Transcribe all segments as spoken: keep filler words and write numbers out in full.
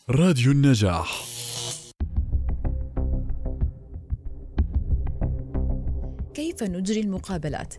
راديو النجاح. كيف نجري المقابلات؟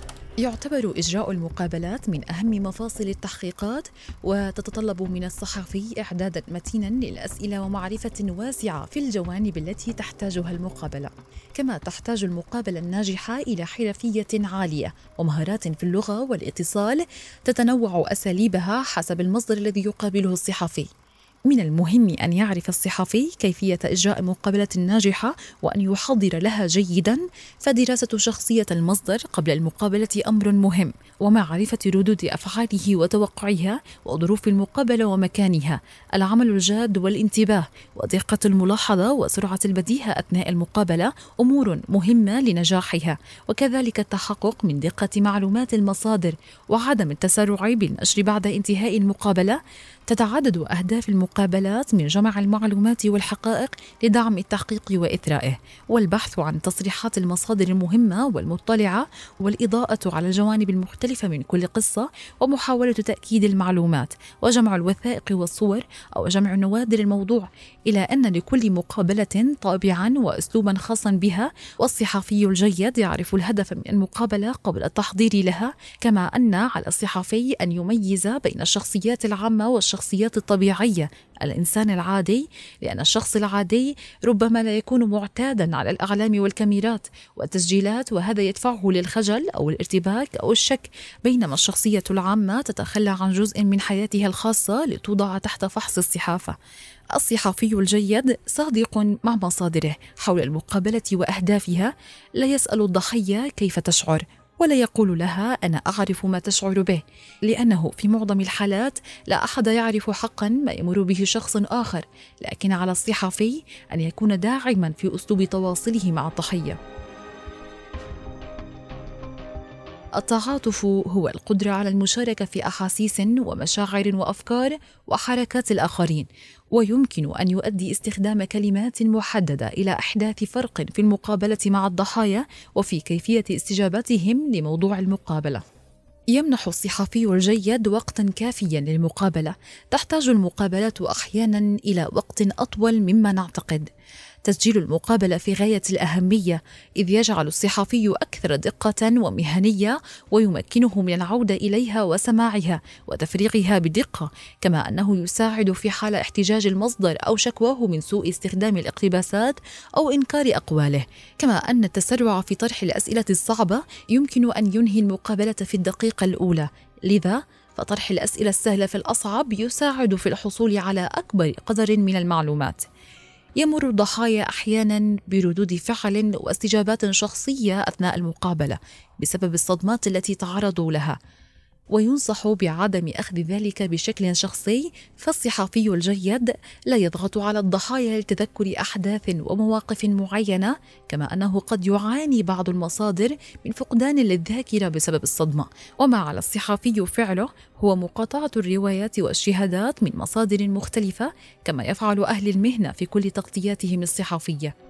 يعتبر إجراء المقابلات من أهم مفاصل التحقيقات، وتتطلب من الصحفي إعداداً متيناً للأسئلة ومعرفة واسعة في الجوانب التي تحتاجها المقابلة. كما تحتاج المقابلة الناجحة إلى حرفية عالية ومهارات في اللغة والاتصال تتنوع أساليبها حسب المصدر الذي يقابله الصحفي. من المهم أن يعرف الصحفي كيفية إجراء مقابلة ناجحة وأن يحضر لها جيداً، فدراسة شخصية المصدر قبل المقابلة أمر مهم، ومعرفة ردود أفعاله وتوقعها وظروف المقابلة ومكانها، العمل الجاد والانتباه ودقة الملاحظة وسرعة البديهة أثناء المقابلة أمور مهمة لنجاحها، وكذلك التحقق من دقة معلومات المصادر وعدم التسرع بالنشر بعد انتهاء المقابلة. تتعدد أهداف المقابلات من جمع المعلومات والحقائق لدعم التحقيق وإثرائه، والبحث عن تصريحات المصادر المهمة والمطلعة، والإضاءة على الجوانب المختلفة من كل قصة، ومحاولة تأكيد المعلومات، وجمع الوثائق والصور أو جمع نوادر الموضوع، إلى أن لكل مقابلة طابعاً وأسلوباً خاصاً بها، والصحفي الجيد يعرف الهدف من المقابلة قبل التحضير لها، كما أن على الصحفي أن يميز بين الشخصيات العامة والشخصيات الشخصيات الطبيعية، الإنسان العادي، لأن الشخص العادي ربما لا يكون معتادا على الأعلام والكاميرات والتسجيلات، وهذا يدفعه للخجل أو الارتباك أو الشك، بينما الشخصية العامة تتخلى عن جزء من حياتها الخاصة لتوضع تحت فحص الصحافة. الصحفي الجيد صادق مع مصادره حول المقابلة وأهدافها، لا يسأل الضحية كيف تشعر ولا يقول لها أنا أعرف ما تشعر به، لأنه في معظم الحالات لا أحد يعرف حقا ما يمر به شخص آخر، لكن على الصحفي أن يكون داعما في أسلوب تواصله مع الضحية. التعاطف هو القدرة على المشاركة في أحاسيس ومشاعر وأفكار وحركات الآخرين، ويمكن أن يؤدي استخدام كلمات محددة إلى إحداث فرق في المقابلة مع الضحايا وفي كيفية استجابتهم لموضوع المقابلة. يمنح الصحفي الجيد وقتا كافيا للمقابلة. تحتاج المقابلات أحيانا إلى وقت أطول مما نعتقد. تسجيل المقابلة في غاية الأهمية، إذ يجعل الصحفي أكثر دقة ومهنية، ويمكنه من العودة إليها وسماعها وتفريغها بدقة، كما أنه يساعد في حال احتجاج المصدر أو شكواه من سوء استخدام الاقتباسات أو إنكار أقواله، كما أن التسرع في طرح الأسئلة الصعبة يمكن أن ينهي المقابلة في الدقيقة الأولى. لذا فطرح الأسئلة السهلة في الأصعب يساعد في الحصول على أكبر قدر من المعلومات. يمر الضحايا أحياناً بردود فعل واستجابات شخصية أثناء المقابلة بسبب الصدمات التي تعرضوا لها، وينصح بعدم أخذ ذلك بشكل شخصي، فالصحفي الجيد لا يضغط على الضحايا لتذكر أحداث ومواقف معينة، كما أنه قد يعاني بعض المصادر من فقدان للذاكرة بسبب الصدمة، وما على الصحفي فعله هو مقاطعة الروايات والشهادات من مصادر مختلفة، كما يفعل أهل المهنة في كل تغطياتهم الصحفية.